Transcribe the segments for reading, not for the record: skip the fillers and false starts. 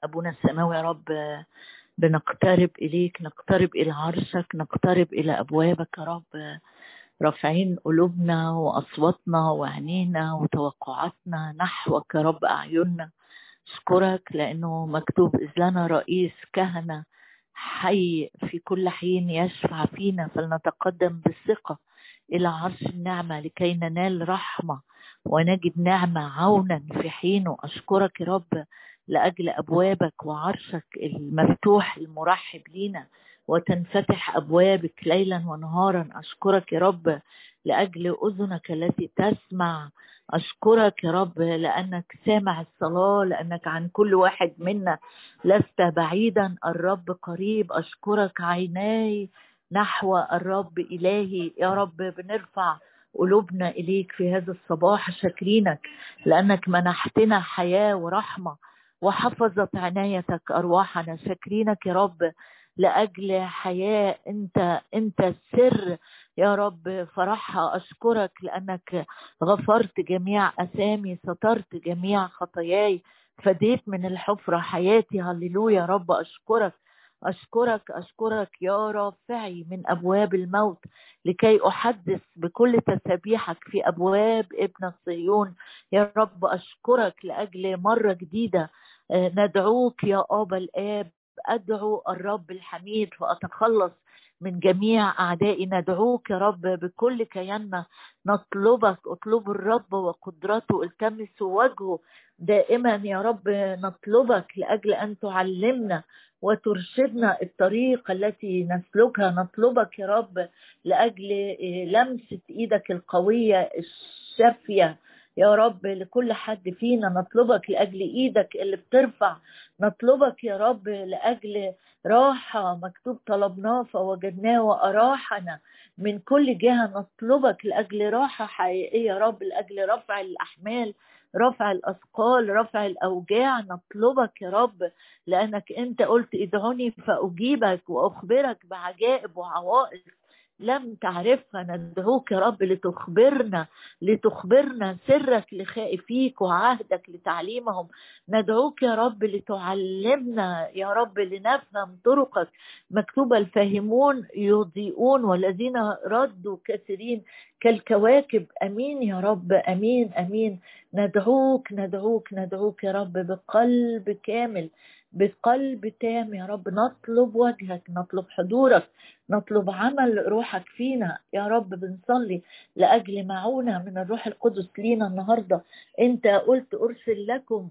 أبونا السماوي يا رب، بنقترب إليك، نقترب إلى عرشك، نقترب إلى أبوابك يا رب، رافعين قلوبنا وأصواتنا وعينينا وتوقعاتنا نحوك يا رب، أعيننا. أشكرك لأنه مكتوب إذ لنا رئيس كهنة حي في كل حين يشفع فينا، فلنتقدم بالثقة إلى عرش النعمة لكي ننال رحمة ونجد نعمة عونا في حينه. أشكرك يا رب لأجل أبوابك وعرشك المفتوح المرحب لينا، وتنفتح أبوابك ليلا ونهارا. أشكرك يا رب لأجل أذنك التي تسمع. أشكرك يا رب لأنك سامع الصلاة، لأنك عن كل واحد منا لست بعيدا، الرب قريب. أشكرك عيناي نحو الرب إلهي يا رب، بنرفع قلوبنا إليك في هذا الصباح شاكرينك لأنك منحتنا حياة ورحمة وحفظت عنايتك أرواحنا. شاكرينك يا رب لأجل حياة أنت السر يا رب فرحها. أشكرك لأنك غفرت جميع أثامي، سترت جميع خطاياي، فديت من الحفرة حياتي. هللويا يا رب. أشكرك أشكرك أشكرك يا رافعي من أبواب الموت لكي أحدث بكل تسبيحك في أبواب ابن صهيون يا رب. أشكرك لأجل مرة جديدة ندعوك يا أبا الآب. أدعو الرب الحميد فأتخلص من جميع أعدائي. ندعوك يا رب بكل كياننا، نطلبك. اطلبوا الرب وقدرته، التمسوا وجهه دائما يا رب. نطلبك لأجل أن تعلمنا وترشدنا الطريق التي نسلكها. نطلبك يا رب لأجل لمسة إيدك القوية الشافية يا رب لكل حد فينا. نطلبك لأجل إيدك اللي بترفع. نطلبك يا رب لأجل راحة، مكتوب طلبناه فوجدناه وأراحنا من كل جهة. نطلبك لأجل راحة حقيقية يا رب، لأجل رفع الأحمال، رفع الأثقال، رفع الأوجاع. نطلبك يا رب لأنك أنت قلت ادعوني فأجيبك وأخبرك بعجائب وعوائق لم تعرفها. ندعوك يا رب لتخبرنا سرك لخائفيك وعهدك لتعليمهم. ندعوك يا رب لتعلمنا يا رب لنفهم طرقك. مكتوب الفاهمون يضيئون والذين ردوا كثيرين كالكواكب. أمين يا رب، أمين أمين. ندعوك ندعوك ندعوك يا رب بقلب كامل، بقلب تام يا رب. نطلب وجهك، نطلب حضورك، نطلب عمل روحك فينا يا رب. بنصلي لأجل معونة من الروح القدس لينا النهاردة. انت قلت أرسل لكم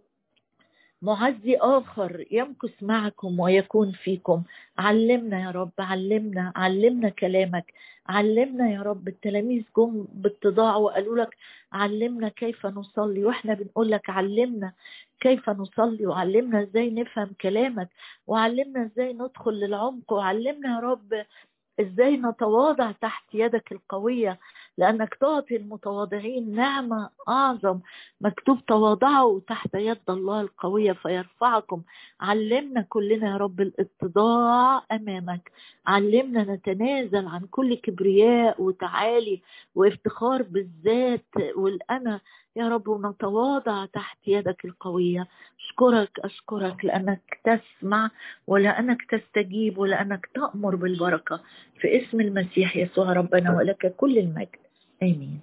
معزي آخر يمكث معكم ويكون فيكم. علمنا يا رب، علمنا كلامك، علمنا يا رب. التلاميذ جم باتضاع وقالوا لك علمنا كيف نصلي، واحنا بنقول لك علمنا كيف نصلي، وعلمنا ازاي نفهم كلامك، وعلمنا ازاي ندخل للعمق، وعلمنا يا رب ازاي نتواضع تحت يدك القوية، لأنك تعطي المتواضعين نعمة أعظم. مكتوب تواضعوا تحت يد الله القوية فيرفعكم. علمنا كلنا يا رب الاتضاع أمامك. علمنا نتنازل عن كل كبرياء وتعالي وافتخار بالذات والأنا يا رب، ونتواضع تحت يدك القوية. أشكرك لأنك تسمع ولأنك تستجيب ولأنك تأمر بالبركة في اسم المسيح يسوع ربنا، ولك كل المجد. آمين.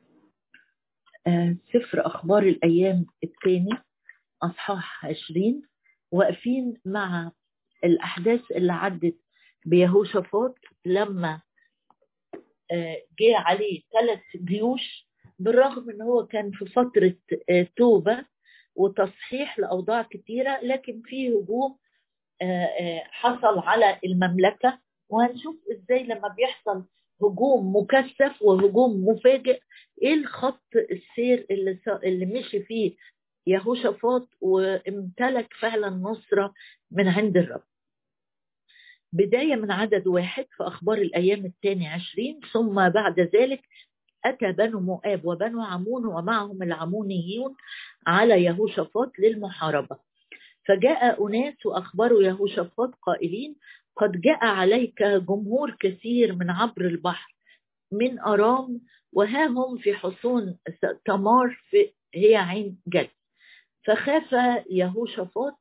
سفر أخبار الأيام الثاني أصحاح 20، واقفين مع الأحداث اللي عدت بيهوشافاط لما جاء عليه 3 جيوش، بالرغم ان هو كان في فترة توبة وتصحيح لأوضاع كتيرة، لكن فيه هجوم حصل على المملكة. وهنشوف ازاي لما بيحصل هجوم مكثف وهجوم مفاجئ ايه الخط السير اللي مشي فيه يهوشافاط وامتلك فعلا نصرة من عند الرب. بداية من عدد 1 في أخبار الأيام الثاني 20. ثم بعد ذلك أتى بنو مؤاب وبنو عمون ومعهم العمونيون على يهوشافاط للمحاربة. فجاء أناس وأخبروا يهوشافاط قائلين قد جاء عليك جمهور كثير من عبر البحر من أرام، وها هم في حصون تمار هي عين جد. فخاف يهوشافاط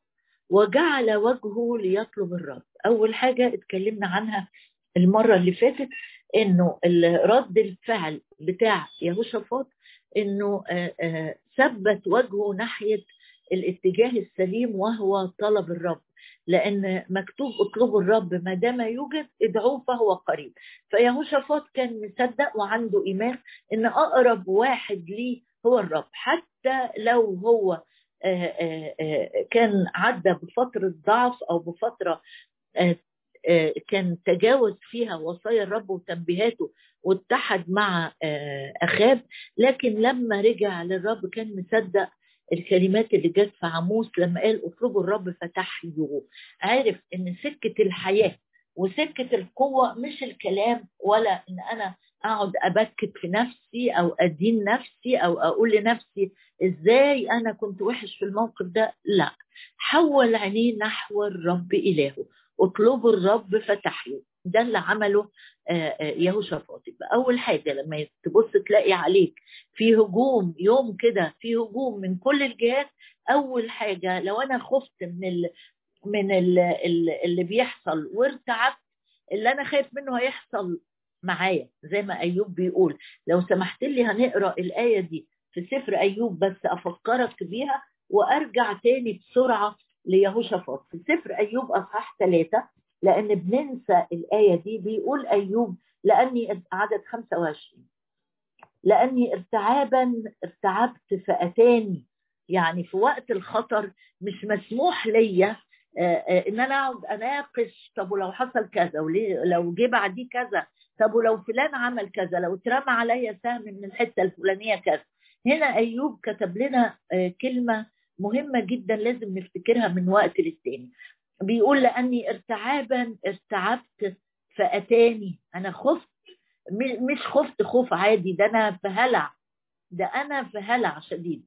وجعل وجهه ليطلب الرب. أول حاجة اتكلمنا عنها المرة اللي فاتت، إنه رد الفعل بتاع يهوشافاط إنه ثبت وجهه ناحية الاتجاه السليم وهو طلب الرب، لأن مكتوب اطلبوا الرب ما دام يوجد، ادعوه فهو قريب. فيهوشافاط كان مصدق وعنده إيمان إن أقرب واحد ليه هو الرب، حتى لو هو كان عدى بفترة ضعف أو بفترة كان تجاوز فيها وصايا الرب وتنبيهاته واتحد مع أخاب، لكن لما رجع للرب كان مصدق الكلمات اللي جت في عموس لما قال اطلبوا الرب فتحيوا. عارف ان سكة الحياة وسكة القوة مش الكلام، ولا ان انا اقعد ابكت في نفسي او ادين نفسي او اقول لنفسي ازاي انا كنت وحش في الموقف ده. لا، حول عينيه نحو الرب الهه، اطلبوا الرب فتحيوا. ده اللي عمله يهوشافاط. اول حاجه لما تبص تلاقي عليك في هجوم يوم كده، في هجوم من كل الجهات، اول حاجه لو انا خفت من اللي بيحصل وارتعبت، اللي انا خايف منه هيحصل معايا. زي ما ايوب بيقول، لو سمحت لي هنقرا الايه دي في سفر ايوب بس افكرك بيها وارجع تاني بسرعه ليهوشافاط في سفر ايوب اصحاح 3، لان بننسى الايه دي. بيقول ايوب لاني عدد 25 لاني ارتعبت فاتاني. يعني في وقت الخطر مش مسموح ليا ان انا اقعد اناقش طب ولو حصل كذا، ولو جه بعديه كذا، طب ولو فلان عمل كذا، لو اترمى عليا سهم من الحته الفلانيه كذا. هنا ايوب كتب لنا كلمه مهمه جدا لازم نفتكرها من وقت للتاني. بيقول لاني ارتعبت فاتاني. انا خفت، مش خفت خوف عادي، ده انا في هلع، ده انا في هلع شديد.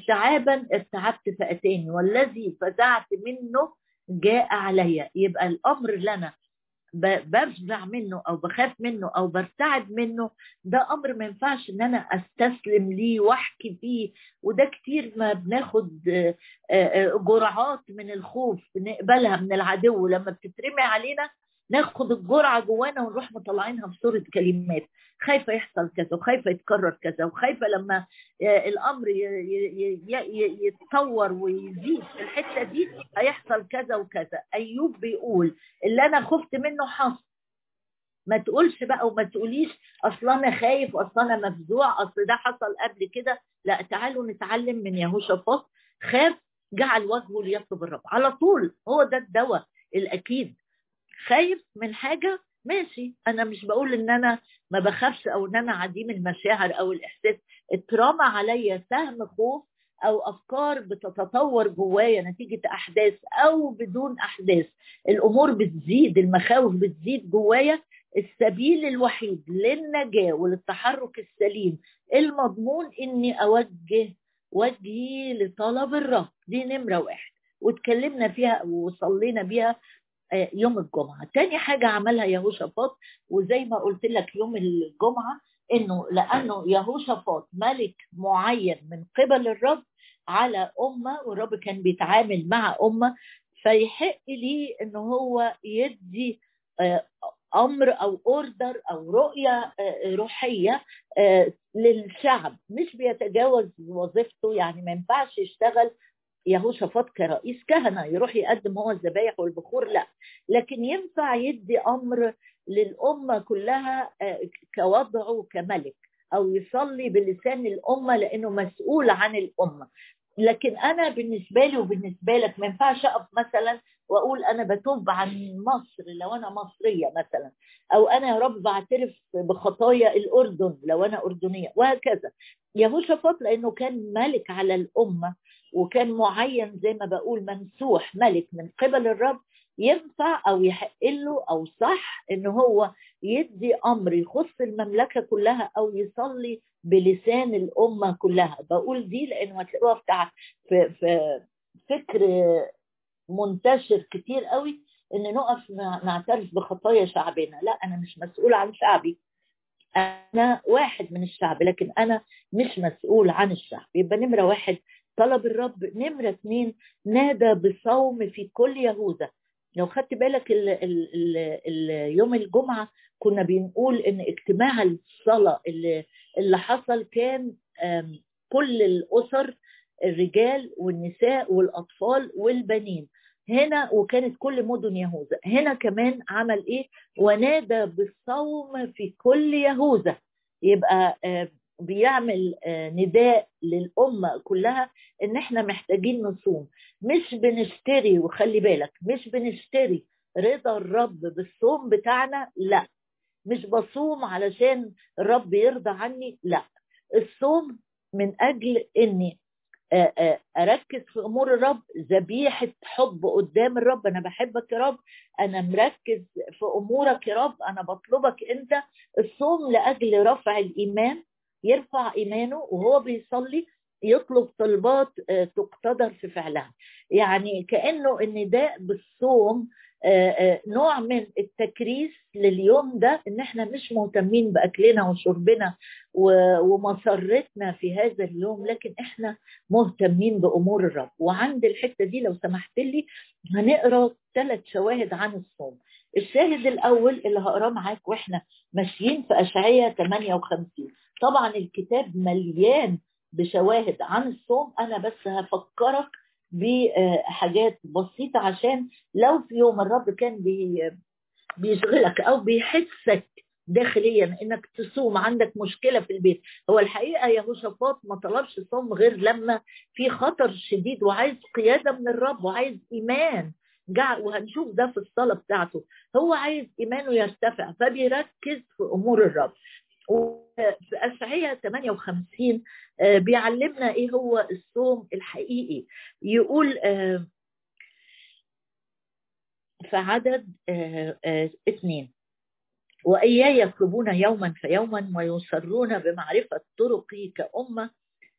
ارتعبت فاتاني والذي فزعت منه جاء عليا. يبقى الامر اللي انا بفزع منه او بخاف منه او برتعب منه، ده امر ما ينفعش ان انا استسلم ليه واحكي فيه. وده كتير ما بناخد جرعات من الخوف بنقبلها من العدو، لما بتترمي علينا ناخد الجرعه جوانا ونروح مطلعينها بصوره كلمات. خايفه يحصل كذا، وخايفه يتكرر كذا، وخايفه لما الامر يتطور ويزيد في الحته دي هيحصل كذا وكذا. ايوب بيقول اللي انا خفت منه حصل. ما تقولش بقى وما تقوليش اصل انا خايف، اصل انا مفزوع، اصل ده حصل قبل كده. لا، تعالوا نتعلم من يهوشافاط. خاف جعل وجهه ليطلب الرب على طول. هو ده الدواء الاكيد. خايف من حاجه ماشي، انا مش بقول ان انا ما بخافش او ان انا عديم المشاعر او الاحساس. اترمى عليا سهم خوف او افكار بتتطور جوايا نتيجه احداث او بدون احداث، الامور بتزيد، المخاوف بتزيد جوايا. السبيل الوحيد للنجاه وللتحرك السليم المضمون اني اوجه وجهي لطلب الرب. دي نمره واحد، واتكلمنا فيها وصلينا بيها يوم الجمعة. تاني حاجة عملها يهوشافاط، وزي ما قلت لك يوم الجمعة، انه لانه يهوشافاط ملك معين من قبل الرب على امة، والرب كان بيتعامل مع امة، فيحق لي انه هو يدي امر او اوردر او رؤية روحية للشعب، مش بيتجاوز وظيفته. يعني ما ينفعش يشتغل يهوشافاط كرئيس كهنة يروح يقدم هو الذبايح والبخور، لا، لكن ينفع يدي أمر للأمة كلها كوضعه كملك، أو يصلي بلسان الأمة لأنه مسؤول عن الأمة. لكن أنا بالنسبة لي وبالنسبة لك ما ينفعش أقف مثلا وأقول أنا بتوب عن مصر لو أنا مصرية مثلا، أو أنا يا رب بعترف بخطايا الأردن لو أنا أردنية، وهكذا. يهوشافاط لأنه كان ملك على الأمة وكان معين زي ما بقول ممسوح ملك من قبل الرب، ينفع او يحق له او صح ان هو يدي امر يخص المملكه كلها او يصلي بلسان الامه كلها. بقول دي لانه هتلاقوها في فكر منتشر كتير قوي ان نقف نعترف بخطايا شعبنا. لا، انا مش مسؤول عن شعبي، انا واحد من الشعب، لكن انا مش مسؤول عن الشعب. يبقى نمره واحد طلب الرب. نمرة 2 نادى بصوم في كل يهوذا. لو خدت بالك يوم الجمعة كنا بنقول ان اجتماع الصلاة اللي حصل كان كل الأسر، الرجال والنساء والأطفال والبنين هنا، وكانت كل مدن يهوذا. هنا كمان عمل ايه؟ ونادى بالصوم في كل يهوذا. يبقى بيعمل نداء للأمة كلها ان احنا محتاجين نصوم. مش بنشتري، وخلي بالك مش بنشتري رضا الرب بالصوم بتاعنا، لا. مش بصوم علشان الرب يرضى عني، لا. الصوم من اجل اني اركز في امور الرب، ذبيحه حب قدام الرب. انا بحبك يا رب، انا مركز في امورك يا رب، انا بطلبك انت. الصوم لاجل رفع الايمان، يرفع ايمانه وهو بيصلي، يطلب طلبات تقتدر في فعلها. يعني كانه النداء بالصوم نوع من التكريس لليوم ده، ان احنا مش مهتمين باكلنا وشربنا ومسرتنا في هذا اليوم، لكن احنا مهتمين بامور الرب. وعند الحته دي لو سمحت لي هنقرا 3 شواهد عن الصوم. الشاهد الاول اللي هقراه معاك واحنا ماشيين في اشعياء 58. طبعا الكتاب مليان بشواهد عن الصوم، انا بس هفكرك بحاجات بسيطه عشان لو في يوم الرب كان بيشغلك او بيحسك داخليا انك تصوم، عندك مشكله في البيت. هو الحقيقه يهوشافاط ما طلبش صوم غير لما في خطر شديد وعايز قياده من الرب وعايز ايمان، وهنشوف ده في الصلاه بتاعته. هو عايز ايمانه يرتفع فبيركز في امور الرب. وفي أشعياء 58 بيعلمنا ايه هو الصوم الحقيقي. يقول في عدد 2: وإياي يطلبون يوما فيوما ويصرون بمعرفة طرقي كأمة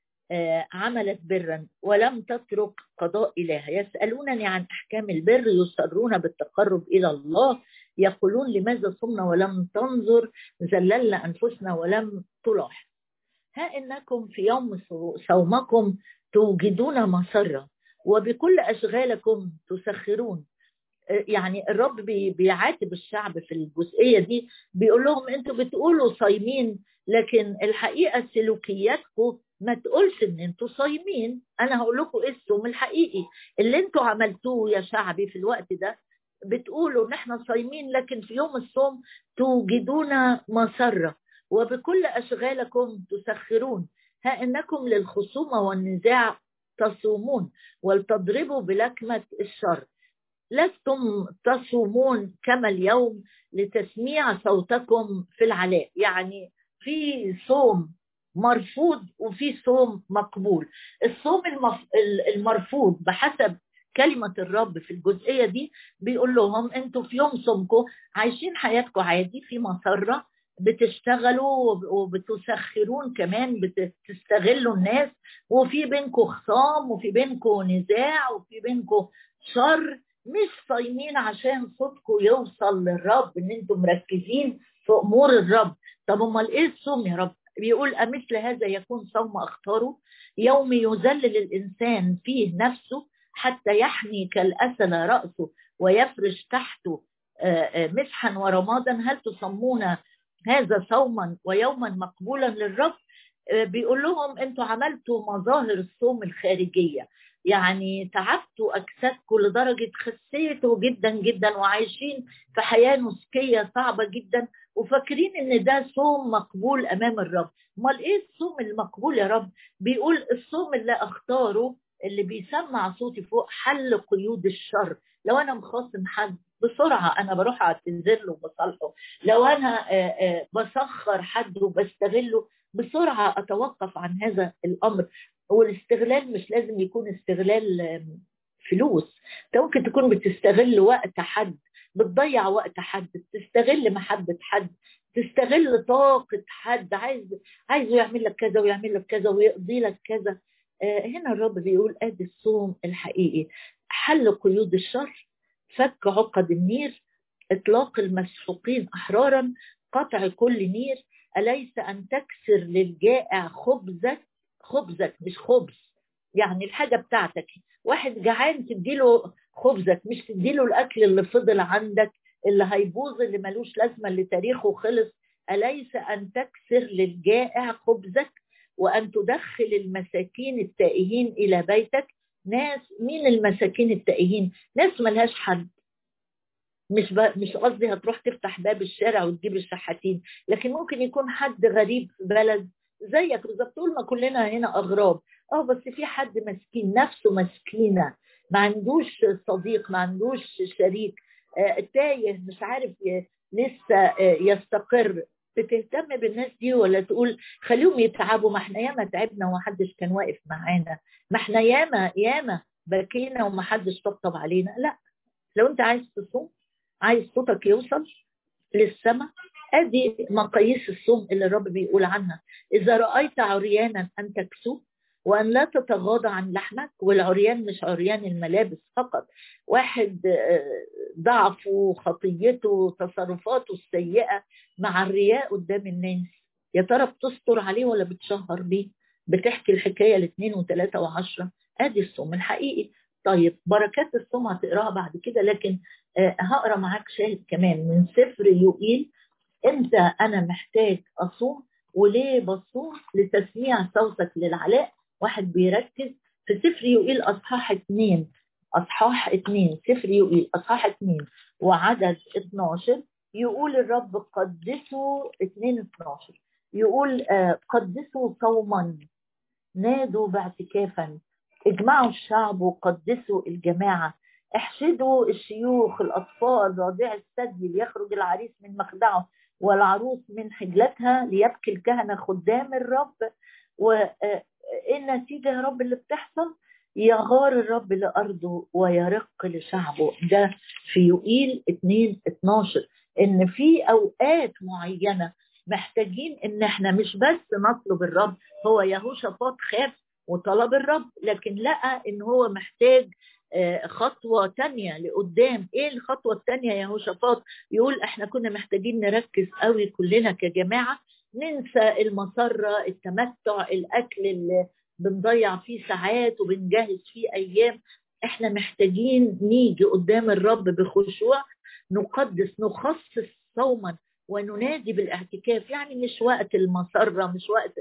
عملت برا ولم تترك قضاء إله. يسألونني عن أحكام البر، يصرون بالتقرب إلى الله. يقولون لماذا صمنا ولم تنظر، زللنا أنفسنا ولم تلاحظ. ها إنكم في يوم صومكم توجدون مسرة وبكل أشغالكم تسخرون. يعني الرب بيعاتب الشعب في الجزئية دي، بيقول لهم انتوا بتقولوا صايمين لكن الحقيقة سلوكياتكم ما تقولش ان انتوا صايمين. انا هقول لكم ايه الصوم الحقيقي اللي انتوا عملتوه يا شعبي في الوقت ده. بتقولوا ان احنا صايمين لكن في يوم الصوم توجدون مسرة وبكل اشغالكم تسخرون. ها انكم للخصومة والنزاع تصومون ولتضربوا بلكمة الشر. لستم تصومون كما اليوم لتسميع صوتكم في العلاء. يعني في صوم مرفوض وفي صوم مقبول. الصوم المرفوض بحسب كلمة الرب في الجزئية دي بيقول لهم انتوا في يوم صومكم عايشين حياتكم عادي في مسرة، بتشتغلوا وبتسخرون كمان، بتستغلوا الناس، وفي بينكم خصام وفي بينكم نزاع وفي بينكم شر. مش صايمين عشان صوتكم يوصل للرب، ان انتم مركزين في امور الرب. طب امال ايه الصوم يا رب؟ بيقول امثل هذا يكون صوم اختاره، يوم يذلل الانسان فيه نفسه حتى يحني كالاسد راسه ويفرش تحته مسحا ورمادا. هل تصمون هذا صوما ويوما مقبولا للرب؟ بيقول لهم انتوا عملتوا مظاهر الصوم الخارجيه، يعني تعبتوا أجسادكم لدرجة خسيتوا جدا جدا وعايشين في حياة نسكية صعبة جدا وفاكرين ان ده صوم مقبول امام الرب. امال ايه الصوم المقبول يا رب؟ بيقول الصوم اللي اختاره اللي بيسمع صوتي فوق حل قيود الشر. لو انا مخاصم حد بسرعة انا بروح اعتذر له وبصالحه. لو انا بسخر حد وبستغله بسرعة اتوقف عن هذا الامر. والاستغلال مش لازم يكون استغلال فلوس، انت ممكن تكون بتستغل وقت حد، بتضيع وقت حد، بتستغل محبة حد، تستغل طاقة حد، عايزه يعمل لك كذا ويعمل لك كذا ويقضي لك كذا. هنا الرب بيقول ادي الصوم الحقيقي: حل قيود الشر، فك عقد النير، اطلاق المسحوقين احرارا، قطع كل نير. اليس ان تكسر للجائع خبزك مش خبز، يعني الحاجة بتاعتك. واحد جعان تديله خبزك، مش تديله الأكل اللي فضل عندك اللي هيبوظ اللي ملوش لازمة اللي تاريخه خلص. أليس أن تكسر للجائع خبزك وأن تدخل المساكين التائهين إلى بيتك؟ ناس، مين المساكين التائهين؟ ناس ملهاش حد. مش قصدي هتروح تفتح باب الشارع وتجيب الشحاتين، لكن ممكن يكون حد غريب في بلد زيك بالظبط. طول ما كلنا هنا أغراب، بس في حد مسكين، نفسه مسكينة، ما عندوش صديق، ما عندوش شريك، تايه، مش عارف لسه يستقر. بتهتم بالناس دي ولا تقول خليهم يتعبوا؟ ما احنا ياما تعبنا ومحدش كان واقف معانا، ما احنا ياما بكينا ومحدش طبطب علينا. لا، لو انت عايز تصوم، عايز صوتك يوصل للسماء، ادي مقاييس الصوم اللي الرب بيقول عنها. اذا رأيت عريانا ان تكسوه، وان لا تتغاضى عن لحمك. والعريان مش عريان الملابس فقط، واحد ضعفه، خطيته، تصرفاته السيئة مع الرياء قدام الناس، يا ترى بتستر عليه ولا بتشهر بيه؟ بتحكي الحكاية ل2 و3 و10. ادي الصوم الحقيقي. طيب بركات الصوم هتقراها بعد كده، لكن هقرا معاك شاهد كمان من سفر يوئيل. امتى انا محتاج اصوم وليه بصوم؟ لتسميع صوتك للعلاء. واحد بيركز في سفر يوئيل اصحاح 2 سفر يوئيل اصحاح 2 وعدد 12. يقول الرب قدسوا 2:12 يقول قدسوا صوما، نادوا باعتكافا، اجمعوا الشعب وقدسوا الجماعة، احشدوا الشيوخ، الأطفال، رضيع الثدي، ليخرج العريس من مخدعه والعروس من حجلتها، ليبكي الكهنة خدام الرب. وإيه النتيجة يا رب اللي بتحصل؟ يغار الرب لأرضه ويرق لشعبه. ده في يوئيل 2:12. إن في أوقات معينة محتاجين إن احنا مش بس نطلب الرب. هو يهوشافاط خاف وطلب الرب، لكن لقى ان هو محتاج خطوة تانية لقدام. ايه الخطوة التانية يا يهوشافاط؟ يقول احنا كنا محتاجين نركز قوي كلنا كجماعة، ننسى المسرة، التمتع، الاكل اللي بنضيع فيه ساعات وبنجهز فيه ايام. احنا محتاجين نيجي قدام الرب بخشوع، نقدس، نخصص صوما وننادي بالاعتكاف. يعني مش وقت المسرة، مش وقت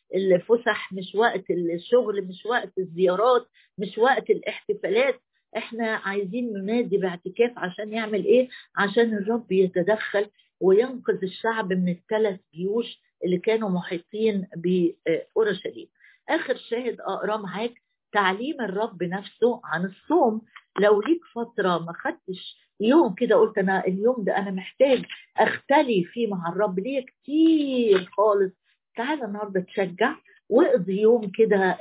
الفسح، مش وقت الشغل، مش وقت الزيارات، مش وقت الاحتفالات. احنا عايزين ننادي باعتكاف عشان يعمل ايه؟ عشان الرب يتدخل وينقذ الشعب من ال3 جيوش اللي كانوا محيطين بأورشليم. اخر شاهد اقراه معاك تعليم الرب نفسه عن الصوم. لو ليك فترة ما خدتش يوم كده قلت انا اليوم ده انا محتاج اختلي فيه مع الرب، ليه كتير خالص، تعال النهارده تشجع واقضي يوم كده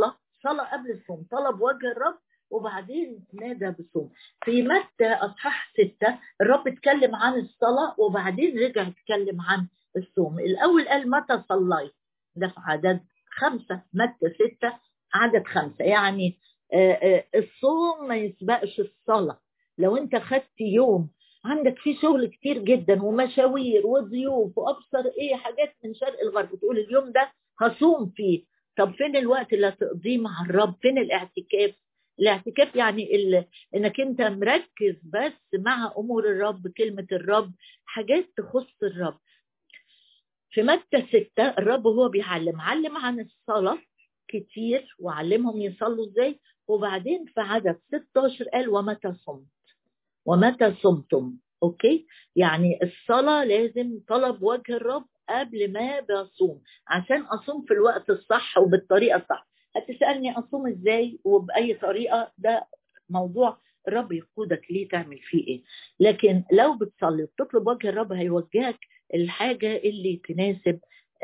صلاة قبل الصوم، طلب وجه الرب وبعدين نادى بالصوم. في متى اصحاح 6 الرب اتكلم عن الصلاة وبعدين رجع اتكلم عن الصوم. الاول قال متى صليت، ده في عدد 5، متى 6 عدد 5. يعني الصوم ما يسبقش الصلاة. لو انت خدت يوم عندك فيه شغل كتير جدا ومشاوير وضيوف وابصر ايه حاجات من شرق الغرب، تقول اليوم ده هصوم فيه، طب فين الوقت اللي هتقضيه مع الرب؟ فين الاعتكاف؟ الاعتكاف يعني انك انت مركز بس مع امور الرب، كلمة الرب، حاجات تخص الرب. في متى 6 الرب هو علم عن الصلاة كتير وعلمهم يصلوا ازاي. وبعدين في عدد 16 قال ومتى صمتم. اوكي، يعني الصلاة لازم طلب وجه الرب قبل ما بصوم، عشان اصوم في الوقت الصح وبالطريقة الصح. هتسألني اصوم ازاي وبأي طريقة؟ ده موضوع الرب يقودك ليه تعمل فيه ايه. لكن لو بتصلي وبتطلب وجه الرب هيوجهك الحاجة اللي تناسب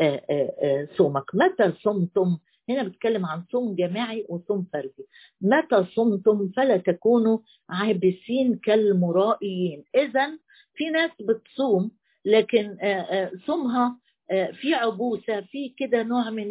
صومك. متى صمتم، هنا بتكلم عن صوم جماعي وصوم فردي. متى صمتم فلا تكونوا عابسين كالمرائيين. إذن في ناس بتصوم لكن صومها في عبوسة، في كده نوع من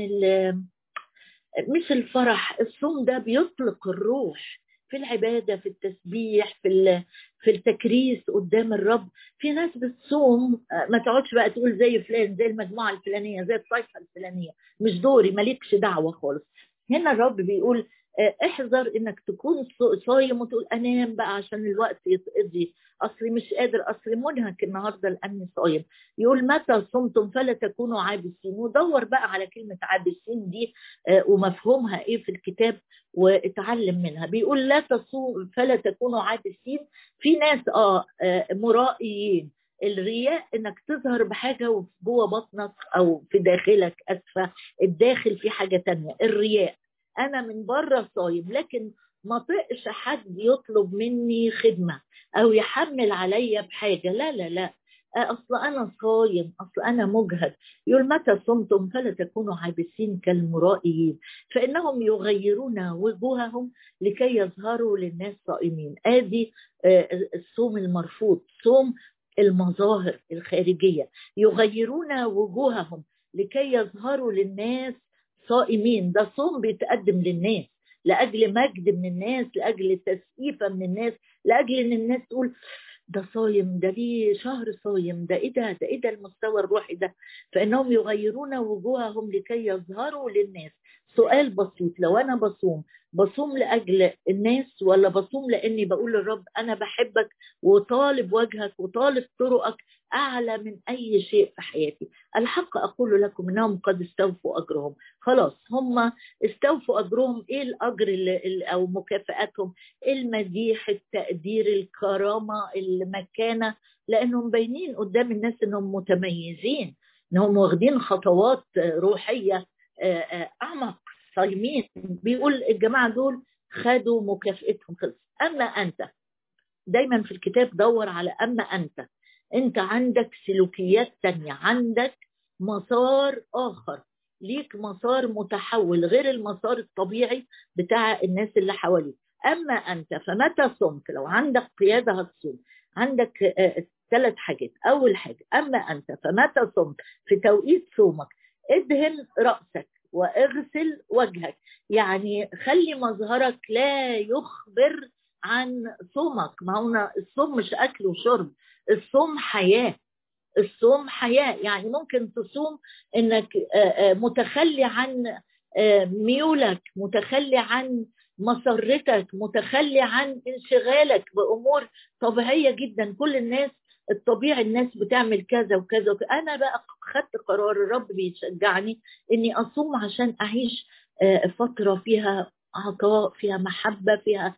مش الفرح. الصوم ده بيطلق الروح في العبادة، في التسبيح، في التكريس قدام الرب. في ناس بتصوم ما تقعدش بقى تقول زي فلان، زي المجموعة الفلانية، زي الطائفة الفلانية، مش دوري، مالكش دعوة خالص. هنا الرب بيقول احذر انك تكون صايم وتقول انام بقى عشان الوقت يتقضي، اصلي مش قادر، اصلي منهك النهارده لاني صايم. يقول متى صمتم فلا تكونوا عابسين، ودور بقى على كلمه عابسين دي ومفهومها ايه في الكتاب واتعلم منها. بيقول لا تصوم فلا تكونوا عابسين. في ناس مرائيين. الرياء انك تظهر بحاجه جوه بطنك او في داخلك، اسفه، الداخل في حاجه تانية. الرياء انا من بره صايم لكن ما طقش حد يطلب مني خدمه او يحمل عليا بحاجه، لا لا لا، اصل انا صايم، اصل انا مجهد. يقول متى صمتم فلا تكونوا عابسين كالمرائيين فانهم يغيرون وجوههم لكي يظهروا للناس صائمين. ادي الصوم المرفوض، صوم المظاهر الخارجيه. يغيرون وجوههم لكي يظهروا للناس صائمين، ده صوم بيتقدم للناس لاجل مجد من الناس، لاجل تسقيفه من الناس، لاجل ان الناس تقول ده صايم، ده ليه شهر صايم، ده ايه ده ايه ده المستوى الروحي ده. فانهم يغيرون وجوههم لكي يظهروا للناس. سؤال بسيط، لو انا بصوم لاجل الناس ولا بصوم لاني بقول للرب انا بحبك وطالب وجهك وطالب طرقك اعلى من اي شيء في حياتي؟ الحق اقول لكم انهم قد استوفوا اجرهم. خلاص هم استوفوا اجرهم. ايه الاجر او مكافاتهم؟ المديح، التقدير، الكرامه، المكانه، لانهم باينين قدام الناس انهم متميزين، انهم واخدين خطوات روحيه اعمق، صايمين. بيقول الجماعه دول خدوا مكافئتهم خلص. اما انت، دايما في الكتاب دور على اما انت عندك سلوكيات تانية، عندك مسار اخر، ليك مسار متحول غير المسار الطبيعي بتاع الناس اللي حواليك. اما انت فمتى صمت، لو عندك قيادة هتصوم. عندك 3 حاجات. اول حاجة اما انت فمتى صمت، في توقيت صومك ادهن رأسك واغسل وجهك. يعني خلي مظهرك لا يخبر عن صومك. ما هو الصوم مش اكل وشرب، الصوم حياة. الصوم حياة، يعني ممكن تصوم انك متخلي عن ميولك، متخلي عن مسرتك، متخلي عن انشغالك بامور طبيعية جدا. كل الناس الطبيعي الناس بتعمل كذا وكذا وكذا. انا بقى خدت قرار، الرب بيشجعني اني اصوم عشان اعيش فترة فيها عطاء، فيها محبة،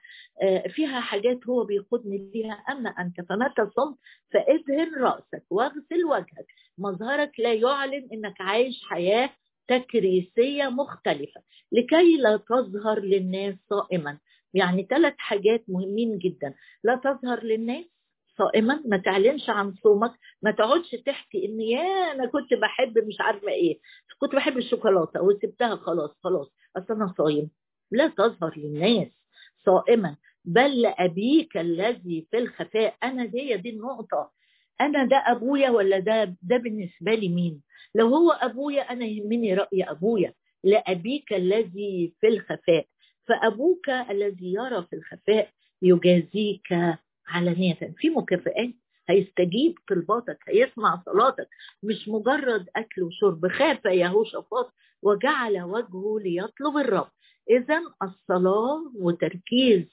فيها حاجات هو بيقودني فيها. أما أنت فمتى صمت فاذهن رأسك واغسل وجهك. مظهرك لا يعلن أنك عايش حياة تكريسية مختلفة، لكي لا تظهر للناس صائما. يعني 3 حاجات مهمين جدا. لا تظهر للناس صائما، ما تعلنش عن صومك، ما تقعدش تحكي ان يا انا كنت بحب مش عارفه ايه، كنت بحب الشوكولاته وسبتها خلاص اصل انا صايم. لا تظهر للناس صائما، بل لأبيك الذي في الخفاء. أنا دي النقطة. أنا ده أبويا ولا ده بالنسبة لي مين؟ لو هو أبويا أنا يهمني رأي أبويا. لأبيك الذي في الخفاء، فأبوك الذي يرى في الخفاء يجازيك علانية. في مكافآت، هيستجيب طلباتك، هيسمع صلاتك، مش مجرد أكل وشرب. خاف يهوشافاط وجعل وجهه ليطلب الرب. إذا الصلاة وتركيز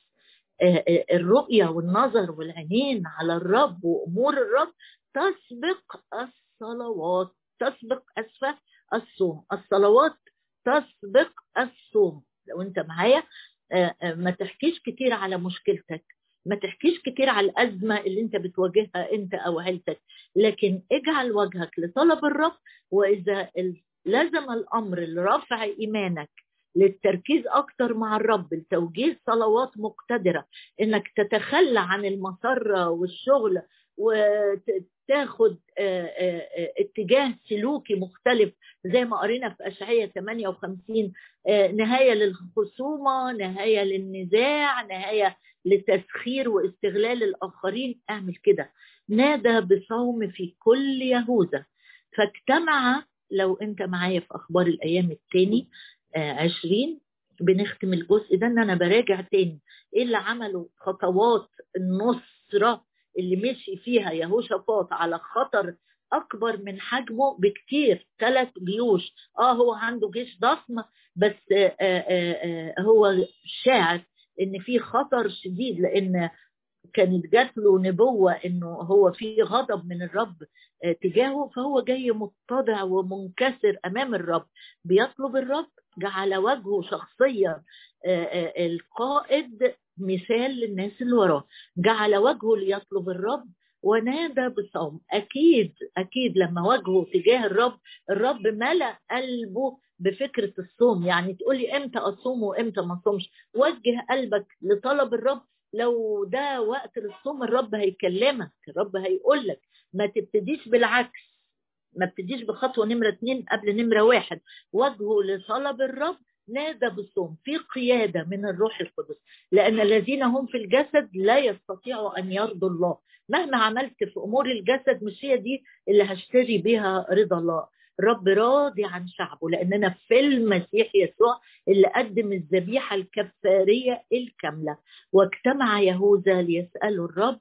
الرؤية والنظر والعينين على الرب وأمور الرب تسبق الصلوات، تسبق الصوم. الصلوات تسبق الصوم. لو أنت معايا ما تحكيش كتير على مشكلتك، ما تحكيش كتير على الأزمة اللي أنت بتواجهها أنت أو عيلتك، لكن اجعل وجهك لطلب الرب. وإذا لازم الأمر لرفع إيمانك، للتركيز أكتر مع الرب، لتوجيه صلوات مقتدرة، إنك تتخلى عن المسرة والشغل وتاخد اتجاه سلوكي مختلف زي ما قرينا في أشعية 58. نهاية للخصومة، نهاية للنزاع، نهاية لتسخير واستغلال الآخرين. اعمل كده. نادى بصوم في كل يهوذا فاجتمع. لو انت معايا في أخبار الأيام التاني 20 بنختم الجزء ده، ان انا براجع تاني ايه اللي عمله، خطوات النصرة اللي مشي فيها يهوشافاط على خطر أكبر من حجمه بكتير، 3 جيوش. هو عنده جيش ضخم، بس هو شاعر إن في خطر شديد، لأن كانت جات له نبوة إنه هو في غضب من الرب تجاهه، فهو جاي متضع ومنكسر أمام الرب بيطلب الرب. جعل وجهه شخصيا القائد مثال للناس اللي وراه، جعل وجهه ليطلب الرب ونادى بصوم. أكيد لما وجهه تجاه الرب ملأ قلبه بفكرة الصوم. يعني تقولي امتى أصوم وامتى ما أصومش؟ وجه قلبك لطلب الرب. لو ده وقت للصوم الرب هيكلمك، الرب هيقولك. ما تبتديش بالعكس، ما بتديش بخطوة نمرة 2 قبل نمرة 1. وجهه لطلب الرب نادى بالصوم في قيادة من الروح القدس، لأن الذين هم في الجسد لا يستطيعوا أن يرضوا الله. مهما عملت في أمور الجسد مش هي دي اللي هشتري بها رضا الله. رب راضي عن شعبه، لأننا في المسيح يسوع اللي قدم الذبيحة الكفارية الكاملة. واجتمع يهوذا ليسألوا الرب،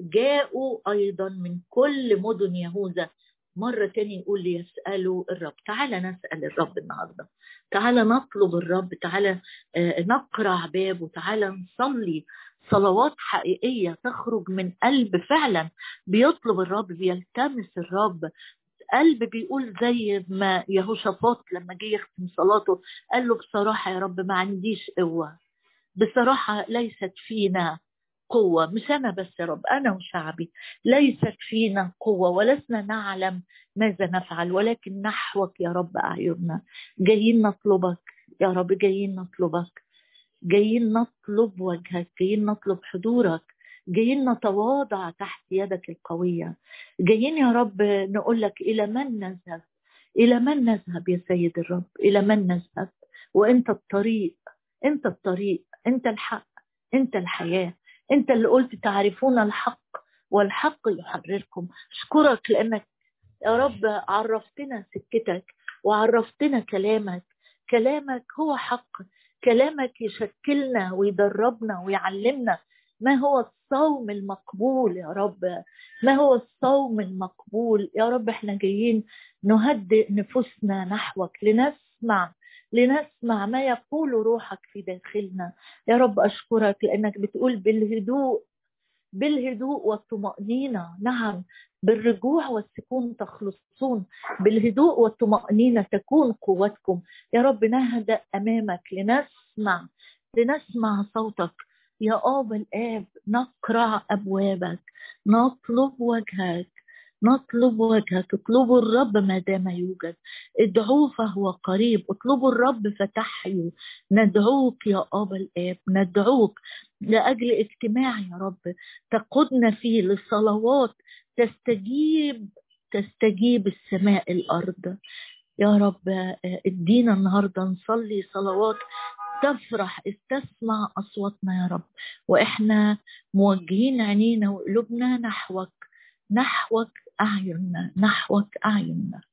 جاءوا أيضا من كل مدن يهوذا. مرة تاني يقول لي يسألوا الرب. تعالى نسأل الرب النهاردة، تعالى نطلب الرب، تعالى نقرع بابه، تعالى نصلي صلوات حقيقية تخرج من قلب فعلا بيطلب الرب، بيلتمس الرب. قلب بيقول زي ما يهوشافاط لما جه يختم صلاته قال له بصراحة يا رب ما عنديش قوة، بصراحة ليست فينا قوة. مش أنا بس يا رب، أنا وشعبي ليست فينا قوة ولسنا نعلم ماذا نفعل، ولكن نحوك يا رب أعيننا. جايين نطلبك يا رب، جايين نطلبك، جايين نطلب وجهك، جايين نطلب حضورك، جايين نتواضع تحت يدك القوية. جايين يا رب نقول لك إلى من نذهب، إلى من نذهب يا سيد الرب، إلى من نذهب؟ وإنت الطريق، أنت الطريق، أنت الحق، أنت الحياة. أنت اللي قلت تعرفون الحق والحق يحرركم. أشكرك لأنك يا رب عرفتنا سكتك وعرفتنا كلامك. كلامك هو حق، كلامك يشكلنا ويدربنا ويعلمنا ما هو الصوم المقبول يا رب، ما هو الصوم المقبول يا رب. احنا جايين نهدئ نفوسنا نحوك لنسمع ما يقول روحك في داخلنا يا رب. أشكرك لأنك بتقول بالهدوء والطمأنينة، نعم بالرجوع والسكون تخلصون، بالهدوء والطمأنينة تكون قوتكم يا رب. نهدأ أمامك لنسمع صوتك يا آب الآب. نقرع أبوابك، نطلب وجهك. اطلبوا الرب ما دام يوجد، ادعوه فهو قريب. اطلبوا الرب فتحيوا. ندعوك يا آب الآب، ندعوك لأجل اجتماع يا رب تقودنا فيه للصلوات تستجيب السماء الأرض يا رب. ادينا النهاردة نصلي صلوات تفرح استسمع أصواتنا يا رب، وإحنا موجهين عينينا وقلوبنا نحوك أعيننا.